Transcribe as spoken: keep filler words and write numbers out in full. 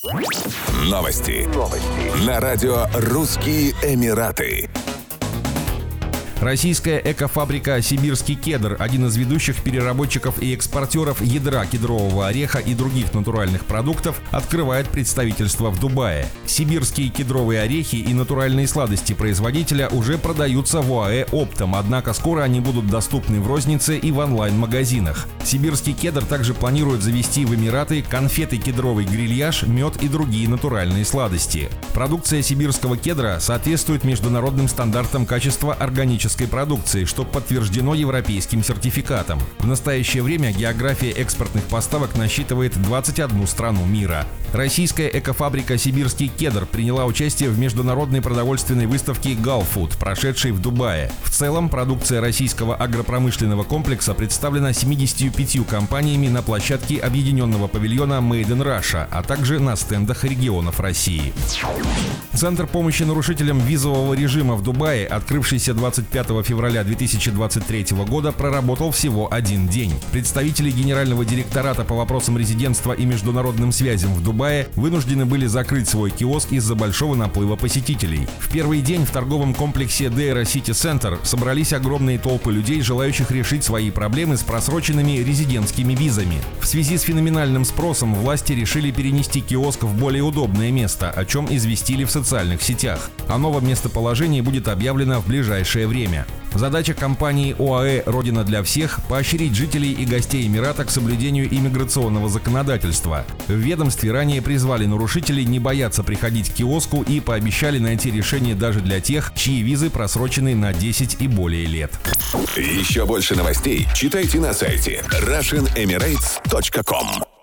Новости. Новости. На радио «Русские Эмираты». Российская экофабрика «Сибирский кедр», один из ведущих переработчиков и экспортеров ядра кедрового ореха и других натуральных продуктов, открывает представительство в Дубае. Сибирские кедровые орехи и натуральные сладости производителя уже продаются в ОАЭ оптом, однако скоро они будут доступны в рознице и в онлайн-магазинах. Сибирский кедр также планирует завести в Эмираты конфеты кедровый грильяж, мед и другие натуральные сладости. Продукция сибирского кедра соответствует международным стандартам качества органической продукции, что подтверждено европейским сертификатом. В настоящее время география экспортных поставок насчитывает двадцать одну страну мира. Российская экофабрика «Сибирский кедр» приняла участие в международной продовольственной выставке «Галфуд», прошедшей в Дубае. В целом, продукция российского агропромышленного комплекса представлена семьюдесятью пятью компаниями на площадке объединенного павильона Made in Russia, а также на стендах регионов России. Центр помощи нарушителям визового режима в Дубае, открывшийся двадцать пятого февраля две тысячи двадцать третьего года, проработал всего один день. Представители Генерального директората по вопросам резидентства и международным связям в Дубае вынуждены были закрыть свой киоск из-за большого наплыва посетителей. В первый день в торговом комплексе Дейра Сити Центр собрались огромные толпы людей, желающих решить свои проблемы с просроченными резидентскими визами. В связи с феноменальным спросом власти решили перенести киоск в более удобное место, о чем известили в социальных сетях. О новом местоположении будет объявлено в ближайшее время. Задача компании ОАЭ «Родина для всех» – поощрить жителей и гостей Эмирата к соблюдению иммиграционного законодательства. В ведомстве ранее призвали нарушителей не бояться приходить к киоску и пообещали найти решение даже для тех, чьи визы просрочены на десять и более лет. Еще больше новостей читайте на сайте Russian Emirates точка ком.